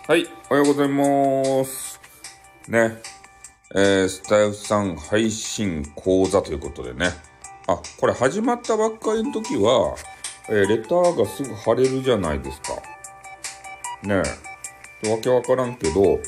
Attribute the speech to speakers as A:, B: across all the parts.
A: はい、おはようございます。ね、スタイフさん配信講座ということでね。これ始まったばっかりの時は、レターがすぐ貼れるじゃないですか。ねわけわからんけど、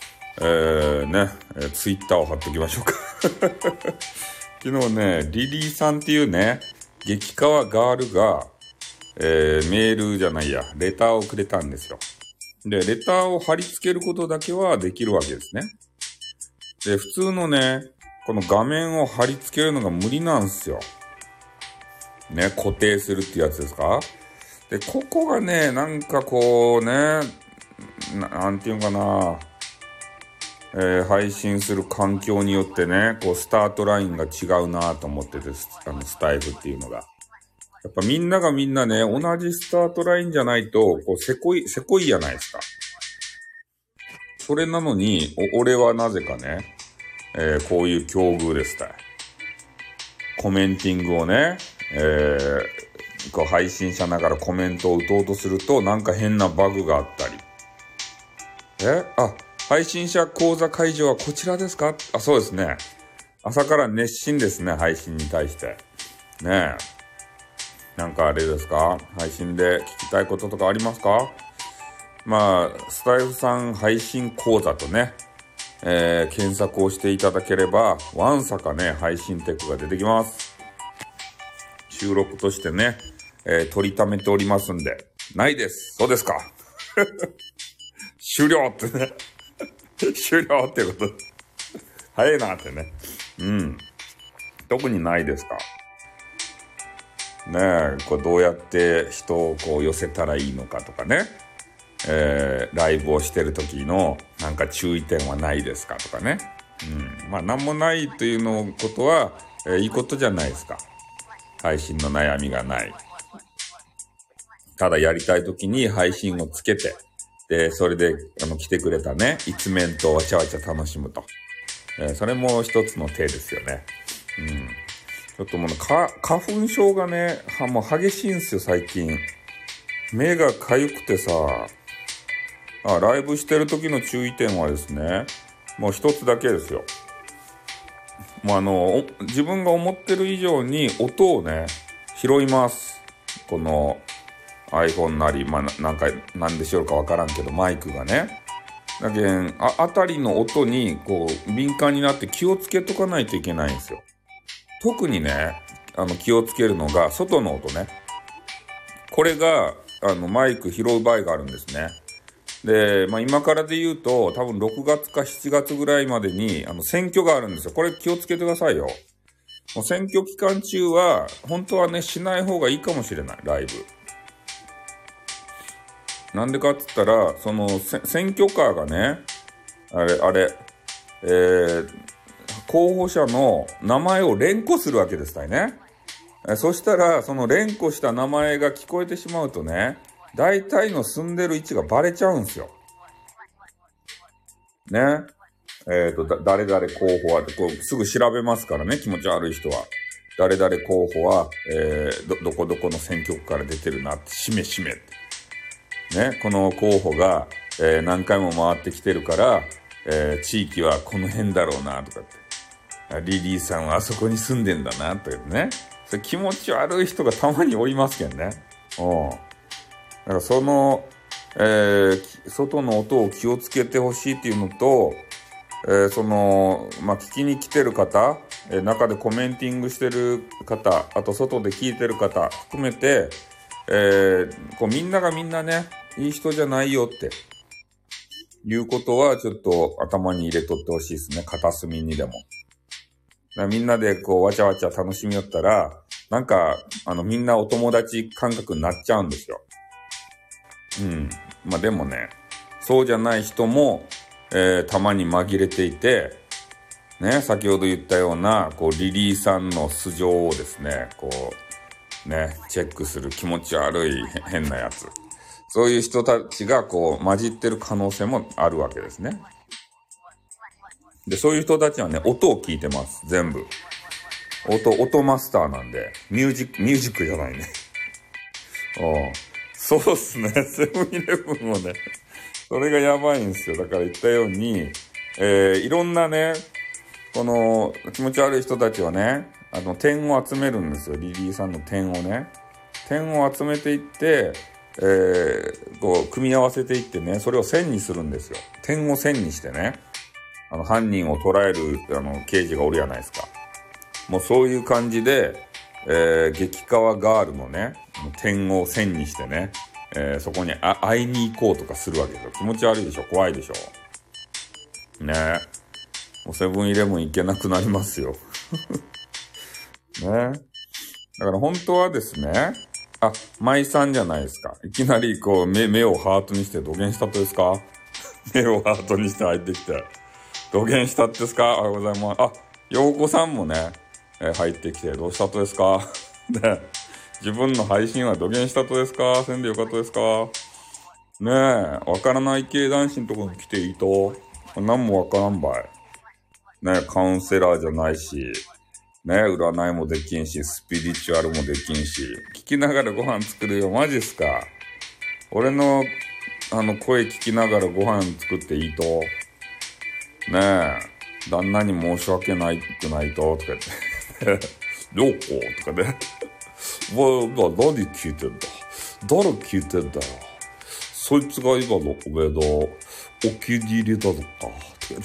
A: ツイッターを貼っときましょうか。昨日ね、リリーさんっていうね、激川ガールが、メールじゃないや、レターをくれたんですよ。で、レターを貼り付けることだけはできるわけですね。で、普通のね、この画面を貼り付けるのが無理なんですよ。ね、固定するってやつですか？で、ここがね、なんかこうね、なんていうかな、配信する環境によってね、こうスタートラインが違うなと思ってて、スタイフっていうのが。やっぱみんながみんなね、同じスタートラインじゃないと、こうせこいじゃないですか。それなのに、俺はなぜかね、こういう境遇でした。コメンティングをね、こう配信者ながらコメントを打とうとすると、なんか変なバグがあったり。配信者講座会場はこちらですか？そうですね。朝から熱心ですね、配信に対して。ねえ。なんかあれですか？配信で聞きたいこととかありますか？スタイフさん配信講座とね、検索をしていただければ、わんさかね、配信テクが出てきます。収録としてね、取りためておりますんで。ないです。そうですか。終了ってね。終了ってこと。早いなってね。特にないですか。ねえ、こうどうやって人をこう寄せたらいいのかとかね。ライブをしてる時のなんか注意点はないですかとかね。なんもないというのことは、いいことじゃないですか。配信の悩みがない。ただやりたい時に配信をつけて、で、それで、来てくれたね、一面とわちゃわちゃ楽しむと。それも一つの手ですよね。ちょっともう花粉症がね、もう激しいんですよ、最近。目が痒くてさ、ライブしてる時の注意点はですね、もう一つだけですよ。もう自分が思ってる以上に音をね、拾います。この iPhone なり、なんでしょうかわからんけど、マイクがね。だけん、あたりの音に、こう、敏感になって気をつけとかないといけないんですよ。特にね、気をつけるのが、外の音ね。これが、マイク拾う場合があるんですね。で、今からで言うと、多分6月か7月ぐらいまでに、選挙があるんですよ。これ気をつけてくださいよ。もう選挙期間中は、本当はね、しない方がいいかもしれない、ライブ。なんでかって言ったら、その、選挙カーがね、候補者の名前を連呼するわけですたいね。そしたら、その連呼した名前が聞こえてしまうとね、大体の住んでる位置がバレちゃうんですよ。ね。誰々候補は、こう、すぐ調べますからね、気持ち悪い人は。誰々候補は、どこどこの選挙区から出てるなって、しめって。ね、この候補が、何回も回ってきてるから、地域はこの辺だろうな、とかって。リリーさんはあそこに住んでんだな、とかね。それ気持ち悪い人がたまにおりますけどね。だからその、外の音を気をつけてほしいっていうのと、聞きに来てる方、中でコメンティングしてる方、あと外で聞いてる方含めて、こうみんながみんなね、いい人じゃないよっていうことはちょっと頭に入れとってほしいですね。片隅にでも。みんなでこうわちゃわちゃ楽しみよったら、なんか、みんなお友達感覚になっちゃうんですよ。でもね、そうじゃない人も、たまに紛れていて、ね、先ほど言ったような、こう、リリーさんの素性をですね、こう、ね、チェックする気持ち悪い変なやつ。そういう人たちが、こう、混じってる可能性もあるわけですね。で、そういう人たちはね、音を聞いてます、全部。音マスターなんで、ミュージックじゃないね。 そうっすね。セブンイレブンもね、それがやばいんですよ。だから言ったように、いろんなね、この気持ち悪い人たちはね、点を集めるんですよ。リリーさんの点をね。点を集めていって、こう、組み合わせていってね、それを線にするんですよ。点を線にしてね、犯人を捕らえる、刑事がおるじゃないですか。もうそういう感じで、激川ガールのね、点を線にしてね、そこに会いに行こうとかするわけですよ。気持ち悪いでしょ、怖いでしょ。ねえ。もうセブンイレブン行けなくなりますよ。ねえ。だから本当はですね、舞さんじゃないですか。いきなりこう、目をハートにして土下したとですか？目をハートにして入ってきて。土下したってですか？おはようございます。陽子さんもね、入ってきて、どうしたとですか？ね、自分の配信は土下したとですか？せんでよかったですか？ねえ、わからない系男子のところに来ていいと？なんもわからんばい。ねえ、カウンセラーじゃないし、ねえ、占いもできんし、スピリチュアルもできんし、聞きながらご飯作るよ、マジっすか？俺の、声聞きながらご飯作っていいと？ねえ、旦那に申し訳ないくないと、とか言って。どうことかね。何聞いてんだ？誰聞いてんだよ。そいつが今のおめえのお気に入りだのか。とか言って。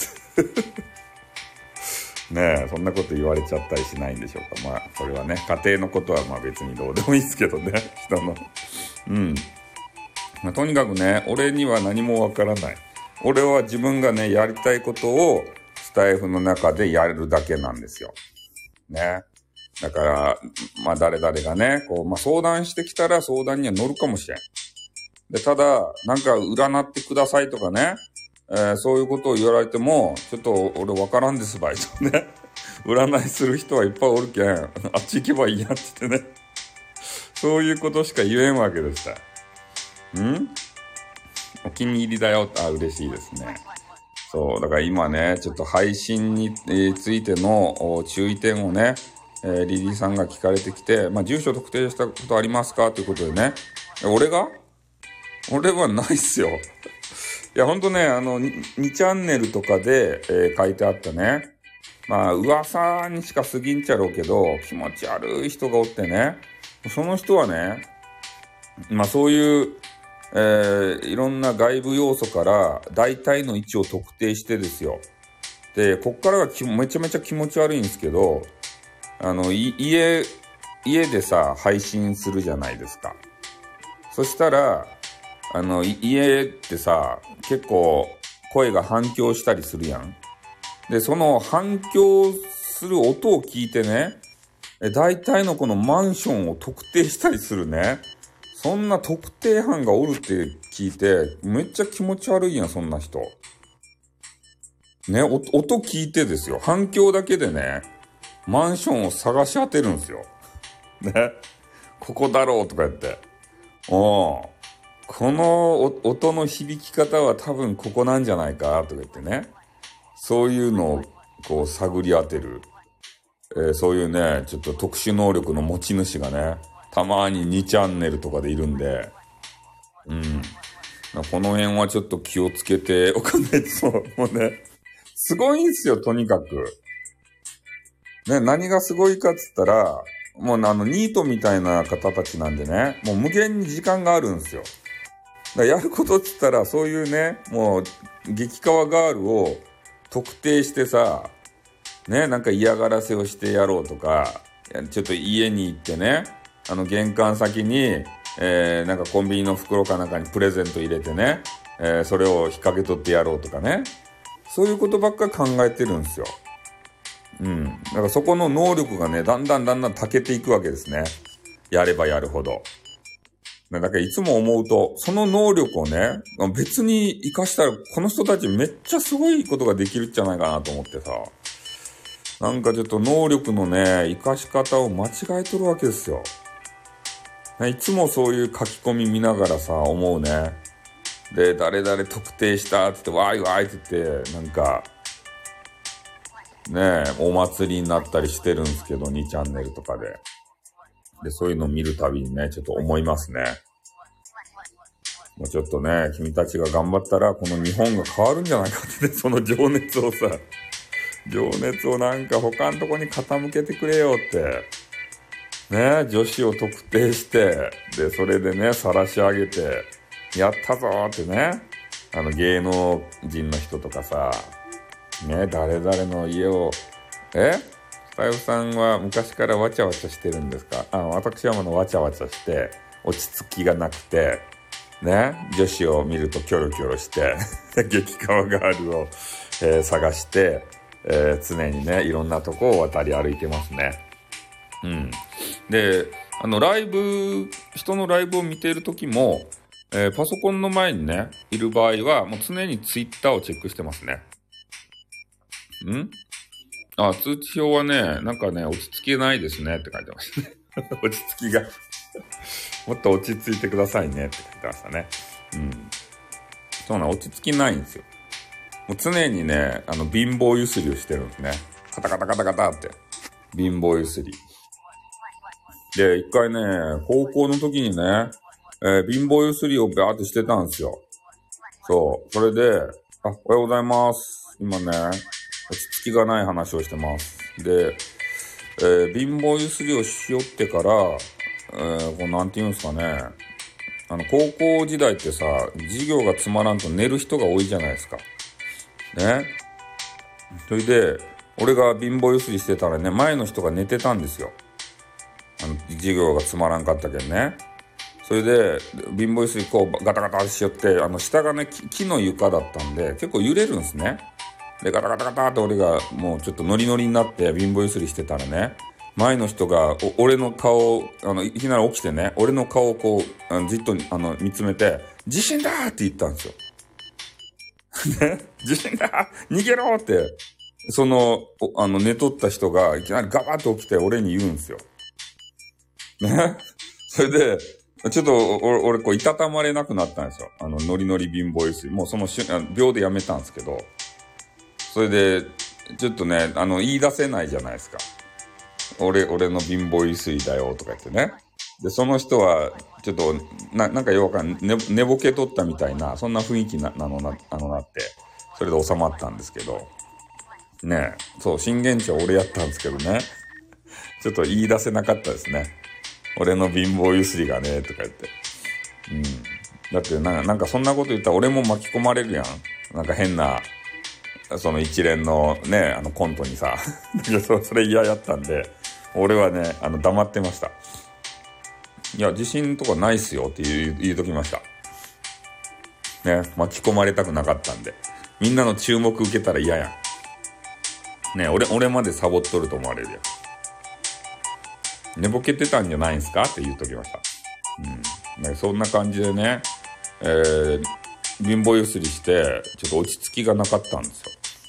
A: ねえ、そんなこと言われちゃったりしないんでしょうか。まあ、それはね、家庭のことはまあ別にどうでもいいですけどね。人の。うん。まあ、とにかくね、俺には何もわからない。俺は自分がね、やりたいことをスタイフの中でやるだけなんですよ。ね。だから、まあ誰々がね、こう、まあ相談してきたら相談には乗るかもしれん。で、ただ、なんか占ってくださいとかね、そういうことを言われても、ちょっと俺わからんですばいとね。占いする人はいっぱいおるけん、あっち行けばいいやって言ってね。そういうことしか言えんわけですから。お気に入りだよ。嬉しいですね。そう、だから今ね、ちょっと配信についての注意点をね、リリーさんが聞かれてきて、まあ、住所特定したことありますかということでね。俺はないっすよ。いや、ほんとね、2チャンネルとかで、書いてあったね。まあ、噂にしか過ぎんちゃろうけど、気持ち悪い人がおってね。その人はね、まあそういう、いろんな外部要素から大体の位置を特定してですよ。で、こっからがめちゃめちゃ気持ち悪いんですけど、家でさ、配信するじゃないですか。そしたら、家ってさ、結構声が反響したりするやん。で、その反響する音を聞いてね、大体のこのマンションを特定したりするね。そんな特定班がおるって聞いて、めっちゃ気持ち悪いやん、そんな人。ね、音聞いてですよ。反響だけでね、マンションを探し当てるんですよ。ね。ここだろうとか言って。この音の響き方は多分ここなんじゃないかとか言ってね。そういうのをこう探り当てる。そういうね、ちょっと特殊能力の持ち主がね、たまに2チャンネルとかでいるんで、この辺はちょっと気をつけておかないと、もうね、すごいんすよ、とにかく。ね、何がすごいかっつったら、もうニートみたいな方たちなんでね、もう無限に時間があるんですよ。だからやることっつったら、そういうね、もう、激川ガールを特定してさ、ね、なんか嫌がらせをしてやろうとか、ちょっと家に行ってね、玄関先に、なんかコンビニの袋かなんかにプレゼント入れてね、それを引っ掛け取ってやろうとかね。そういうことばっかり考えてるんですよ。だからそこの能力がね、だんだん長けていくわけですね。やればやるほど。だからいつも思うと、その能力をね、別に活かしたら、この人たちめっちゃすごいことができるんじゃないかなと思ってさ。なんかちょっと能力のね、活かし方を間違えとるわけですよ。いつもそういう書き込み見ながらさ、思うね。で、誰々特定したって言って、わーいわーいって言って、なんか、ねお祭りになったりしてるんですけど、2チャンネルとかで。で、そういうのを見るたびにね、ちょっと思いますね。 もうちょっとね、君たちが頑張ったら、この日本が変わるんじゃないかってね、その情熱をなんか他のとこに傾けてくれよって。ね、女子を特定して、で、それでね、晒し上げて、やったぞーってね、芸能人の人とかさ、ね、誰々の家を、スタイフさんは昔からわちゃわちゃしてるんですか？私はわちゃわちゃして、落ち着きがなくて、ね、女子を見るとキョロキョロして、激川ガールを、探して、常にね、いろんなとこを渡り歩いてますね。うん。で、人のライブを見ているときも、パソコンの前にね、いる場合は、もう常にツイッターをチェックしてますね。通知表はね、なんかね、落ち着きないですねって書いてましたね。落ち着きが。もっと落ち着いてくださいねって書いてましたね。そう落ち着きないんですよ。もう常にね、貧乏ゆすりをしてるんですね。カタカタカタカタって。貧乏ゆすり。で、一回ね、高校の時にね、貧乏ゆすりをバーってしてたんですよ。そう。それで、おはようございます。今ね、落ち着きがない話をしてます。で、貧乏ゆすりをしよってから、なんて言うんですかね。高校時代ってさ、授業がつまらんと寝る人が多いじゃないですか。ね。それで、俺が貧乏ゆすりしてたらね、前の人が寝てたんですよ。授業がつまらんかったけんね。それで、貧乏ゆすりこうガタガタしよって、下がね、木の床だったんで、結構揺れるんですね。で、ガタガタガタって俺がもうちょっとノリノリになって貧乏ゆすりしてたらね、前の人が俺の顔を、いきなり起きてね、俺の顔をこう、じっと見つめて、地震だーって言ったんですよ。ね、地震だー逃げろーって、寝とった人がいきなりガバッと起きて俺に言うんですよ。ね。それで、ちょっと俺こういたたまれなくなったんですよ。ノリノリ貧乏ゆすり。もう秒でやめたんですけど。それで、ちょっとね、言い出せないじゃないですか。俺の貧乏ゆすりだよとか言ってね。で、その人は、ちょっと、なんかよくわかんない、寝ぼけとったみたいな、そんな雰囲気なって、それで収まったんですけど。ねそう、震源地は俺やったんですけどね。ちょっと言い出せなかったですね。俺の貧乏ゆすりがね、とか言って。だってなんかそんなこと言ったら俺も巻き込まれるやん。なんか変な、その一連のね、コントにさ。それ嫌やったんで、俺はね、黙ってました。いや、自信とかないっすよって言うときました。ね、巻き込まれたくなかったんで。みんなの注目受けたら嫌やん。ね、俺までサボっとると思われるやん。寝ぼけてたんじゃないんすかって言うときました。ね、そんな感じでね、貧乏ゆすりして、ちょっと落ち着きがなかったんです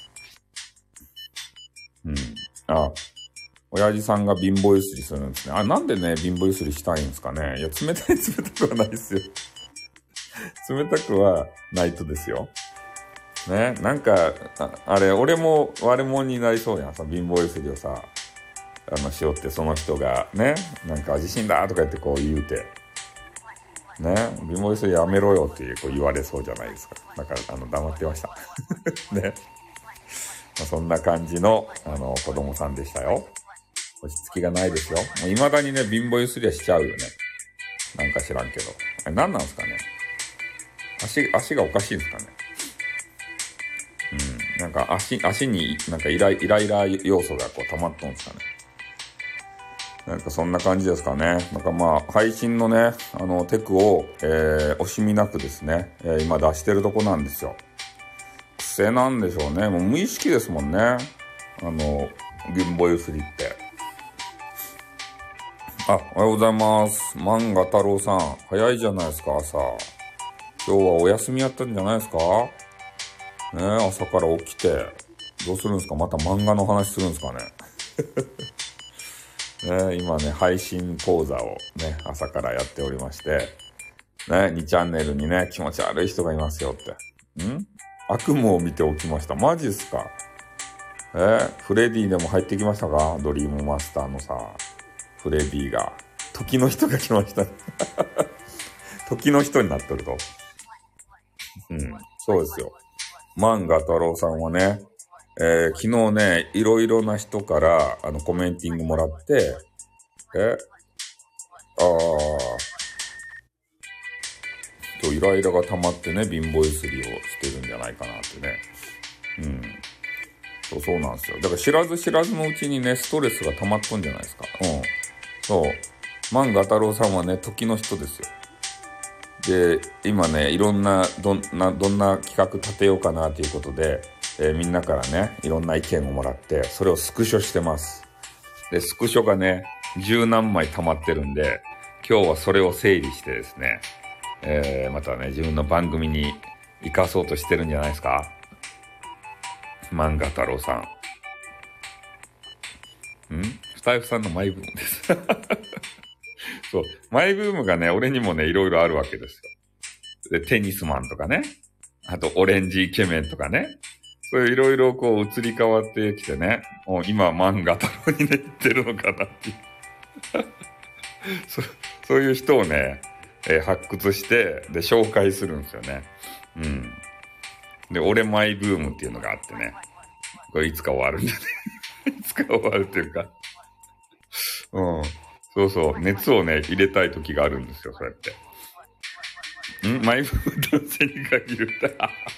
A: よ。親父さんが貧乏ゆすりするんですね。なんでね、貧乏ゆすりしたいんですかね。いや、冷たくはないですよ。冷たくはないとですよ。ね、なんか、俺も悪者になりそうやん。貧乏ゆすりをさ、しよって、その人がね、なんか地震だとか言ってこう言うて、ね、貧乏ゆすりやめろよってこう言われそうじゃないですか。だから黙ってました。ね。そんな感じの子供さんでしたよ。落ち着きがないですよ。もう未だにね、貧乏ゆすりはしちゃうよね。なんか知らんけど。何なんすかね。足がおかしいんですかね。なんか足になんかイライラ要素がこう溜まっとんですかね。なんかそんな感じですかね。なんかまあ、配信のね、テクを、惜しみなくですね、今出してるとこなんですよ。癖なんでしょうね。もう無意識ですもんね。貧乏ゆすりって。おはようございます。漫画太郎さん。早いじゃないですか、朝。今日はお休みやったんじゃないですかね、朝から起きて。どうするんですか？また漫画の話するんですかね。ね、今ね、配信講座をね、朝からやっておりまして、ね、2チャンネルにね、気持ち悪い人がいますよって。悪夢を見ておきました。マジっすか？フレディでも入ってきましたか？ドリームマスターのさ、フレディが。時の人が来ました。時の人になっとると。 うん。そうですよ。万賀太郎さんはね、昨日ね、いろいろな人から、コメンティングもらって、ああ、イライラが溜まってね、貧乏ゆすりをしてるんじゃないかなってね。うん。そうなんですよ。だから知らず知らずのうちにね、ストレスが溜まっとんじゃないですか。うん。そう。万賀太郎さんはね、時の人ですよ。で、今ね、いろんな、どんな企画立てようかなということで、みんなからね、いろんな意見をもらって、それをスクショしてます。で、スクショがね、十何枚溜まってるんで、今日はそれを整理してですね、またね、自分の番組に活かそうとしてるんじゃないですか。万賀太郎さん。スタイフさんのマイブームです。そう。マイブームがね、俺にもね、いろいろあるわけですよ。で、テニスマンとかね。あと、オレンジイケメンとかね。そういういろいろこう移り変わってきてね。もう今、万賀太郎にね、言ってるのかなっていう。そういう人をね、発掘して、で、紹介するんですよね。うん。で、俺マイブームっていうのがあってね。これいつか終わるんだね。いつか終わるっていうか。うん。そうそう。熱をね、入れたい時があるんですよ、そうやって。マイブーム男性に限るって。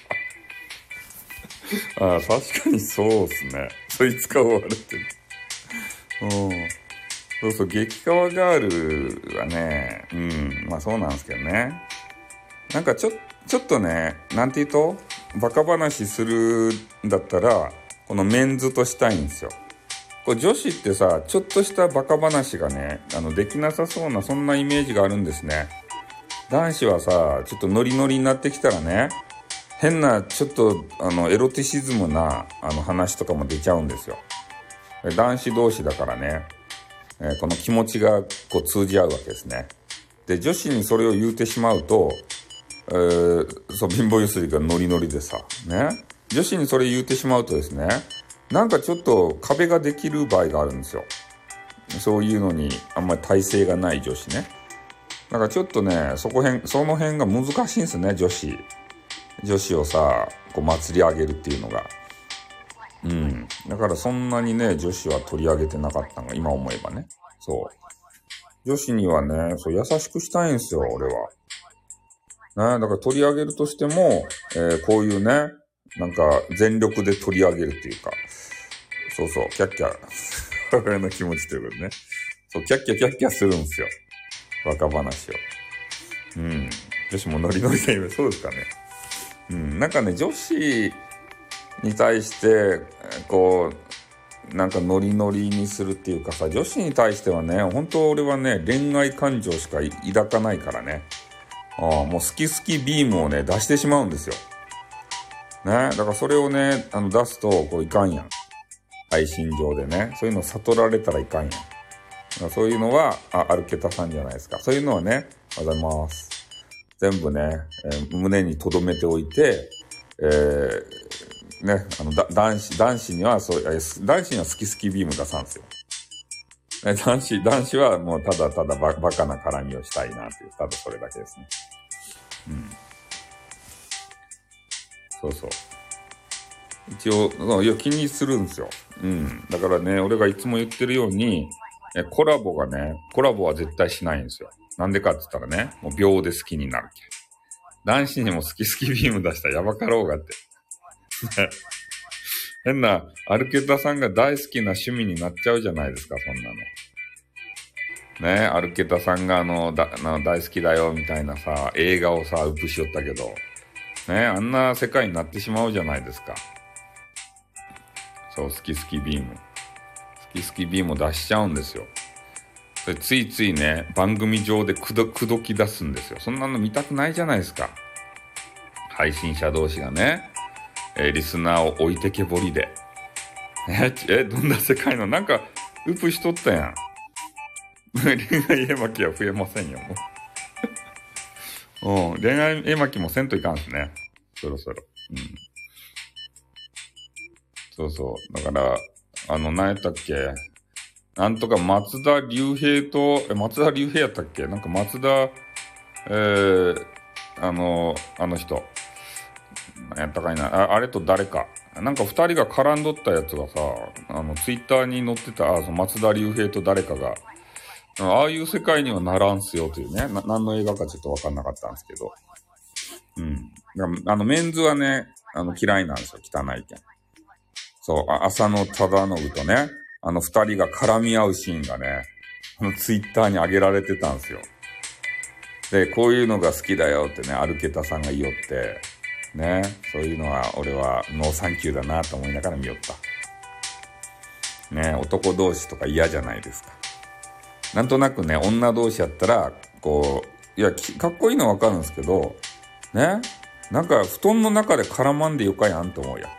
A: ああ、確かにそうっすね。そいつか終わるっていう。うん。そうそう、激川ガールはね、まあそうなんですけどね。なんかちょっとね、なんて言うと、バカ話するんだったら、このメンズとしたいんですよ。これ女子ってさ、ちょっとしたバカ話がね、できなさそうな、そんなイメージがあるんですね。男子はさ、ちょっとノリノリになってきたらね、変な、ちょっと、エロティシズムな、話とかも出ちゃうんですよ。男子同士だからね、この気持ちが、こう通じ合うわけですね。で、女子にそれを言うてしまうと、そう、貧乏ゆすりがノリノリでさ、ね。女子にそれ言うてしまうとですね、なんかちょっと壁ができる場合があるんですよ。そういうのにあんまり耐性がない女子ね。だからちょっとね、その辺が難しいんですね、女子。女子をさ、こう祭り上げるっていうのが。だからそんなにね、女子は取り上げてなかったのが、今思えばね。そう。女子にはね、そう、優しくしたいんですよ、俺は。ね、だから取り上げるとしても、こういうね、なんか全力で取り上げるっていうか、そうそう、キャッキャ、母親の気持ちということね。そう、キャッキャするんですよ。若話を。女子もノリノリで、そうですかね。なんかね、女子に対して、こう、なんかノリノリにするっていうかさ、女子に対してはね、本当俺はね、恋愛感情しか抱かないからね。もう好きビームをね、出してしまうんですよ。ね。だからそれをね、出すと、こういかんやん。配信上でね。そういうの悟られたらいかんやん。だからそういうのは、アルケタさんじゃないですか。そういうのはね、おはようございます。全部ね、胸に留めておいて、ね、男子には男子には好きビーム出さんすよ。男子はもうただバカな絡みをしたいなっていう、ただそれだけですね。そうそう。一応、いや、気にするんですよ。だからね、俺がいつも言ってるように、コラボは絶対しないんですよ。なんでかって言ったらね、もう秒で好きになるけ。男子にも好きビーム出したらやばかろうがって。変な、アルケタさんが大好きな趣味になっちゃうじゃないですか、そんなの。ね、アルケタさんが大好きだよ、みたいなさ、映画をさ、ウプしよったけど、ね、あんな世界になってしまうじゃないですか。そう、好きビーム。好きビームを出しちゃうんですよ。でついついね、番組上で口説き出すんですよ。そんなの見たくないじゃないですか。配信者同士がね、リスナーを置いてけぼりで。どんな世界のなんか、ウプしとったやん。恋愛絵巻は増えませんよ、もう。恋愛絵巻もせんといかんすね。そろそろ。そうそう。だから、何やったっけ、なんとか松田龍平と、松田龍平やったっけ、なんか松田、あの人。 やったかいな。あれと誰か。なんか二人が絡んどったやつがさ、ツイッターに載ってた、その松田龍平と誰かが、ああいう世界にはならんすよというね。何の映画かちょっとわかんなかったんですけど。うん。メンズはね、嫌いなんですよ。汚いけん。そう、浅野忠信とね、二人が絡み合うシーンがね、ツイッターに上げられてたんですよ。で、こういうのが好きだよってね、アルケタさんが言いよって、ね、そういうのは俺はノーサンキューだなと思いながら見よった。ね、男同士とか嫌じゃないですか。なんとなくね、女同士やったら、こう、いや、かっこいいのはわかるんですけど、ね、なんか布団の中で絡まんでよかやんと思うや。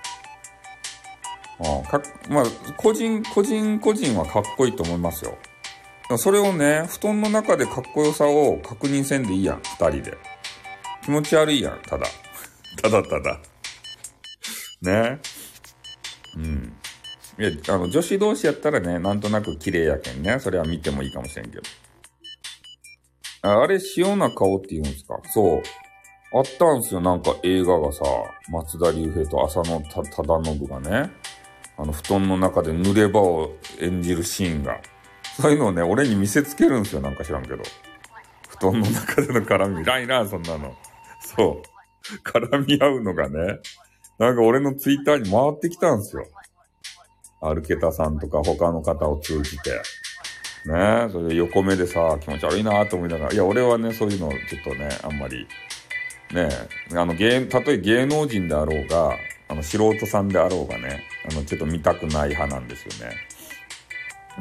A: まあ、個人はかっこいいと思いますよ。それをね、布団の中でかっこよさを確認せんでいいやん、二人で。気持ち悪いやん、ただ。ただ。ね。うん。いや、女子同士やったらね、なんとなく綺麗やけんね。それは見てもいいかもしれんけど。あれ、塩な顔って言うんですか？そう。あったんすよ、なんか映画がさ、松田龍平と浅野忠信がね、布団の中で濡れ場を演じるシーンが。そういうのをね、俺に見せつけるんですよ、なんか知らんけど。布団の中での絡み、ないな、そんなの。そう。絡み合うのがね、なんか俺のツイッターに回ってきたんですよ。アルケタさんとか他の方を通じて。ねえ、それで横目でさ、気持ち悪いなと思いながら、いや、俺はね、そういうのちょっとね、あんまり、ねえ、たとえ芸能人であろうが、素人さんであろうがね、ちょっと見たくない派なんですよね。うん、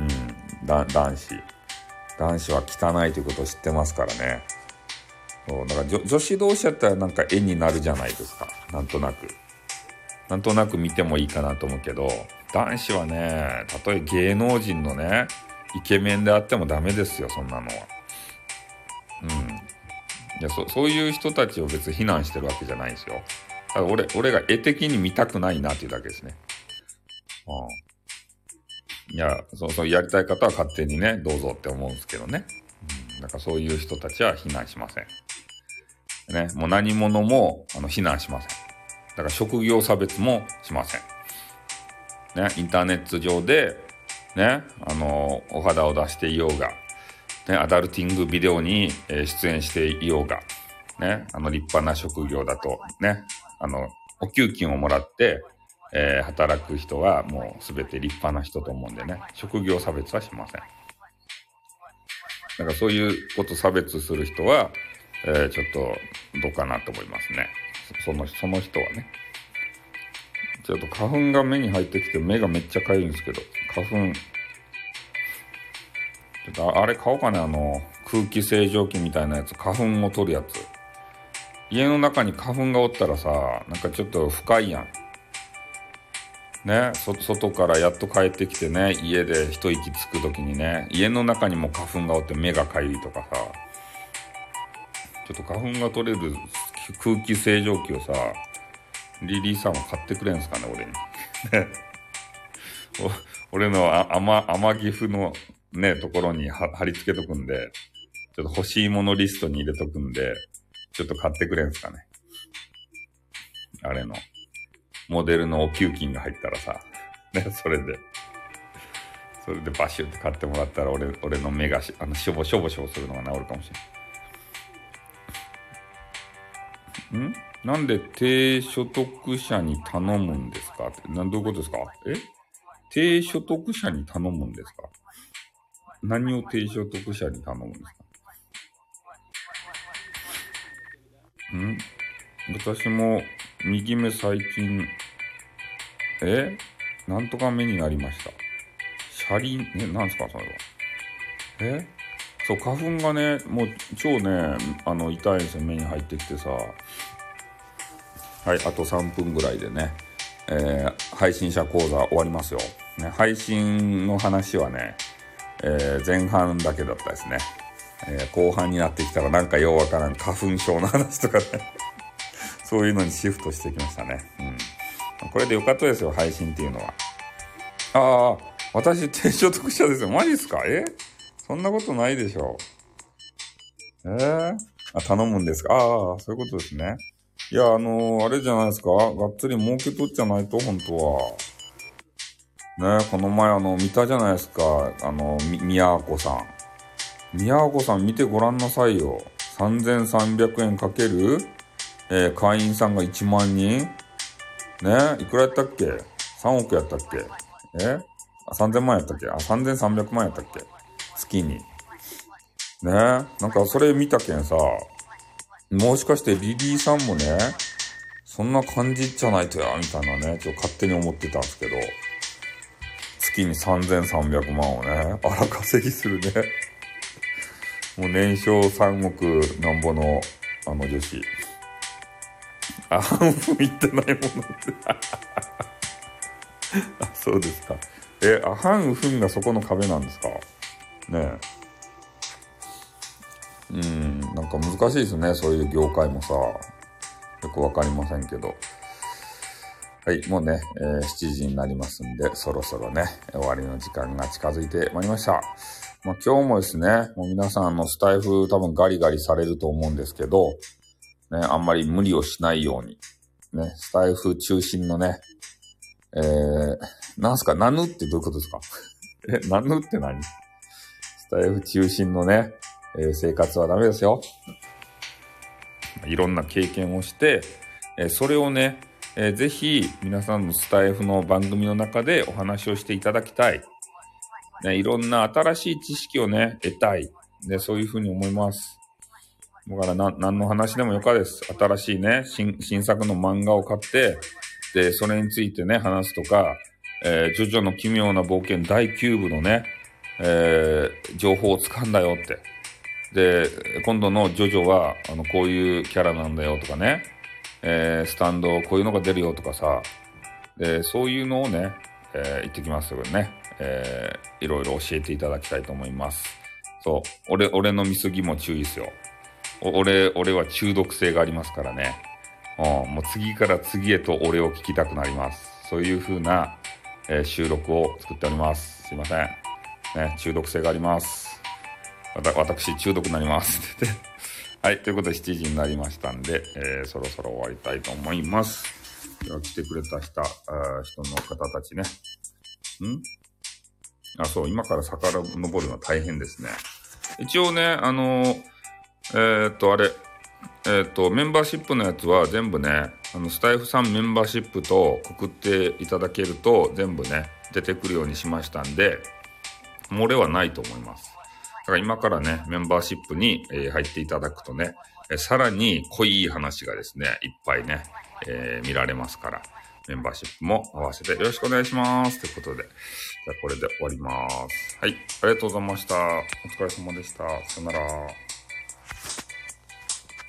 A: 男子。男子は汚いということを知ってますからね。そう、だから女子同士やったらなんか絵になるじゃないですか。なんとなく。なんとなく見てもいいかなと思うけど、男子はね、たとえ芸能人のね、イケメンであってもダメですよ、そんなのは。うん。いや、そういう人たちを別に非難してるわけじゃないんですよ。ただ俺が絵的に見たくないなっていうだけですね。いや、そうやりたい方は勝手にね、どうぞって思うんですけどね。だからそういう人たちは非難しません。ね、もう何者も非難しません。だから職業差別もしません。ね、インターネット上で、ね、お肌を出していようが、ね、アダルティングビデオに、出演していようが、ね、立派な職業だと、ね、お給金をもらって、働く人はもうすべて立派な人と思うんでね、職業差別はしません。だからそういうこと差別する人は、ちょっとどうかなと思いますね。その人はね。ちょっと花粉が目に入ってきて目がめっちゃかゆいんですけど、花粉、ちょっとあれ買おうかね、空気清浄機みたいなやつ、花粉を取るやつ。家の中に花粉がおったらさ、なんかちょっと不快やん。ね、外からやっと帰ってきてね、家で一息つくときにね、家の中にも花粉がおって目がかゆいとかさ、ちょっと花粉が取れる空気清浄機をさ、リリーさんは買ってくれんすかね、俺に。俺の天岐阜のね、ところに貼り付けとくんで、ちょっと欲しいものリストに入れとくんで、ちょっと買ってくれんすかね。あれの、モデルのお給金が入ったらさ、ね、それでバシュって買ってもらったら俺の目がしょぼしょぼするのが治るかもしれない。なんで低所得者に頼むんですかって、どういうことですか？低所得者に頼むんですか？何を低所得者に頼むんですか？私も右目最近、なんとか目になりました。車輪、なんですかそれは。そう、花粉がね、もう超ね、痛いんですよ、目に入ってきてさ。はい、あと3分ぐらいでね、配信者講座終わりますよ。ね、配信の話はね、前半だけだったですね。後半になってきたらなんかようわからん花粉症の話とかね、そういうのにシフトしてきましたね。これでよかったですよ、配信っていうのは。私低所得者ですよ。マジっすか？そんなことないでしょ。頼むんですか？そういうことですね。 いや、あれじゃないですか。がっつり儲けとっちゃないと、本当は。ね、この前見たじゃないですか。宮子さん。宮子さん見てごらんなさいよ。3300円かける、会員さんが1万人。ね、いくらやったっけ？ 3 億やったっけ？3000万やったっけ？ 3300万やったっけ？月に。ね、なんかそれ見たけんさ、もしかしてリリーさんもね、そんな感じじゃないとや、みたいなね、ちょっと勝手に思ってたんですけど、月に3300万をね、あら稼ぎするね。もう年商3億なんぼの、女子。半分いってないものって。あ、そうですか。半分がそこの壁なんですかねえ。なんか難しいですね、そういう業界もさ。よくわかりませんけど。はい、もうね、7時になりますんで、そろそろね、終わりの時間が近づいてまいりました。まあ、今日もですね、もう皆さんスタイフ多分ガリガリされると思うんですけど、ね、あんまり無理をしないように、ね、スタイフ中心のね、なんすか、ナヌってどういうことですか？ナヌって何？スタイフ中心のね、生活はダメですよ。いろんな経験をして、それをね、ぜひ皆さんのスタイフの番組の中でお話をしていただきたい。ね、いろんな新しい知識をね、得たい。ね、そういうふうに思います。だから何の話でもよかです。新しいね、新作の漫画を買って、で、それについてね、話すとか、ジョジョの奇妙な冒険第9部のね、情報を掴んだよって。で、今度のジョジョは、こういうキャラなんだよとかね、スタンドこういうのが出るよとかさ、で、そういうのをね、言ってきますよね。いろいろ教えていただきたいと思います。そう、俺の見過ぎも注意ですよ。俺は中毒性がありますからね。もう次から次へと俺を聞きたくなります。そういう風な、収録を作っております。すいません。ね、中毒性があります。私中毒になります。はい。ということで7時になりましたんで、そろそろ終わりたいと思います。では来てくれた人の方たちね。そう、今から遡るのは大変ですね。一応ね、メンバーシップのやつは全部ね、スタイフさんメンバーシップとくくっていただけると全部ね、出てくるようにしましたんで、漏れはないと思います。だから今からね、メンバーシップに、入っていただくとね、さらに濃い話がですね、いっぱいね、見られますから、メンバーシップも合わせてよろしくお願いします。ということで、じゃあこれで終わります。はい、ありがとうございました。お疲れ様でした。さよなら。